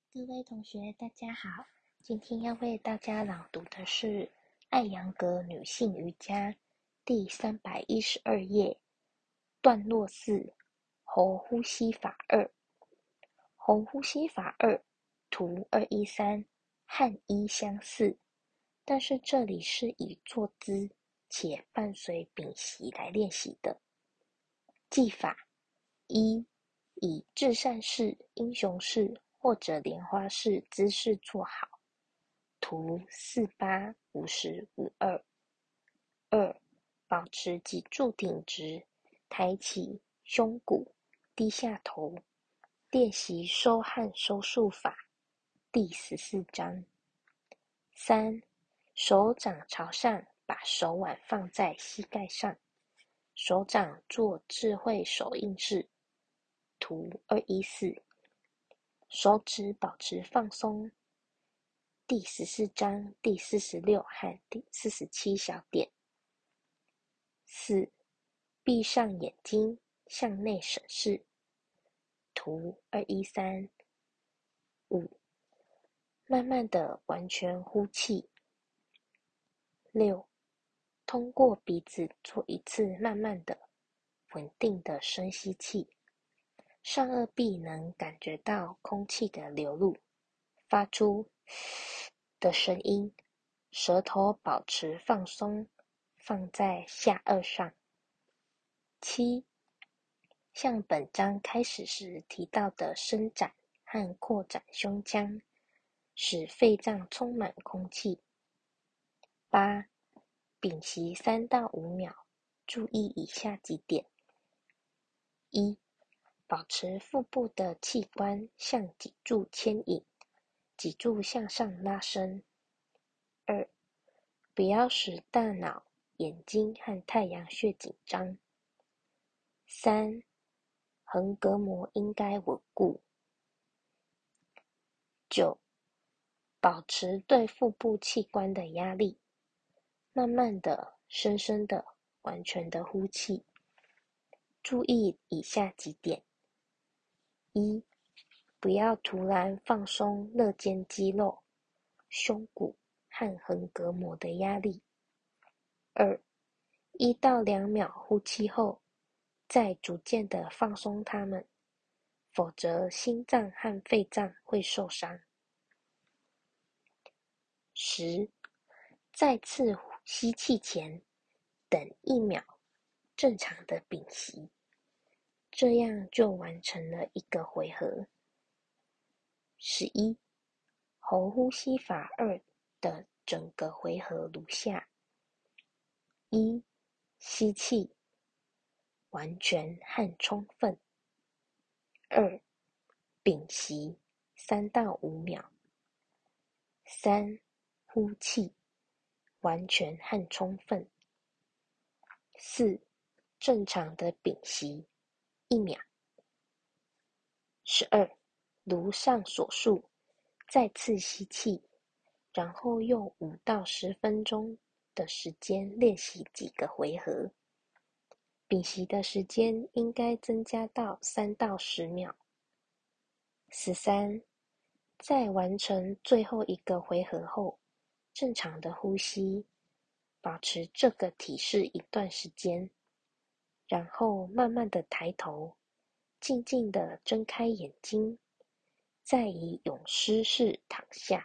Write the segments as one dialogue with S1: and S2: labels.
S1: 各位同学，大家好。今天要为大家朗读的是《艾扬格女性瑜伽》第312页，段落4，喉呼吸法2。喉呼吸法2，图213，和1相似，但是这里是以坐姿且伴随屏息来练习的。技法1，以至善式、英雄式或者莲花式姿势坐好，图485052。2，保持脊柱挺直，抬起胸骨，低下头，练习收和收束法，第14章。3，手掌朝上，把手腕放在膝盖上，手掌做智慧手印式，图214。手指保持放松，第14章第46和第47小点。4，闭上眼睛，向内审视，图213。5，慢慢的完全呼气。6，通过鼻子做一次慢慢的、稳定的深吸气，上颚壁能感觉到空气的流入，发出的声音，舌头保持放松，放在下颚上。7，像本章开始时提到的伸展和扩展胸腔，使肺脏充满空气。8，屏息3到5秒，注意以下几点。1，保持腹部的器官向脊柱牵引，脊柱向上拉伸。2，不要使大脑、眼睛和太阳穴紧张。3，横膈膜应该稳固。9，保持对腹部器官的压力，慢慢的、深深的、完全的呼气。注意以下几点。1，不要突然放松肋间肌肉、胸骨和横膈膜的压力。2， 1到2秒呼气后，再逐渐的放松它们，否则心脏和肺脏会受伤。10，再次吸气前，等1秒，正常的屏息，这样就完成了一个回合。11，喉呼吸法2的整个回合如下。1，吸气，完全和充分。2，屏息3到5秒。3，呼气，完全和充分。4，正常的屏息1秒。12，如上所述，再次吸气，然后用5到10分钟的时间练习几个回合。屏息的时间应该增加到3到10秒。13，在完成最后一个回合后，正常的呼吸，保持这个体式一段时间，然后慢慢的抬头，静静的睁开眼睛，再以泳狮式躺下。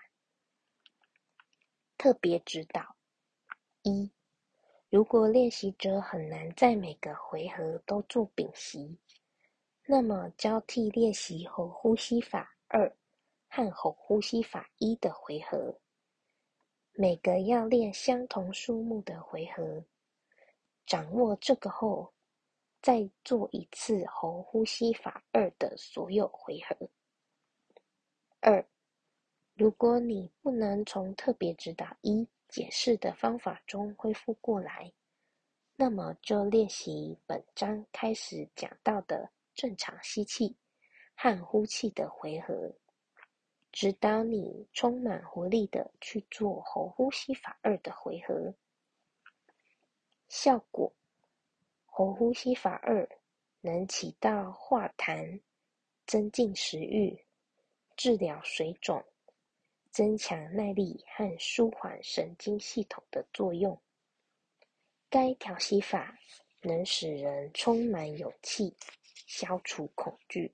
S1: 特别指导：1，如果练习者很难在每个回合都做屏息，那么交替练习喉呼吸法2和喉呼吸法1的回合，每个要练相同数目的回合。掌握这个后，再做一次喉呼吸法2的所有回合。2，如果你不能从特别指导1解释的方法中恢复过来，那么就练习本章开始讲到的正常吸气和呼气的回合，直到你充满活力的去做喉呼吸法2的回合。效果：喉呼吸法2能起到化痰、增进食欲、 治疗水肿，增强耐力和舒缓神经系统的作用。该调息法能使人充满勇气，消除恐惧。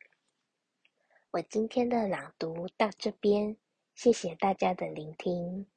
S1: 我今天的朗读到这边，谢谢大家的聆听。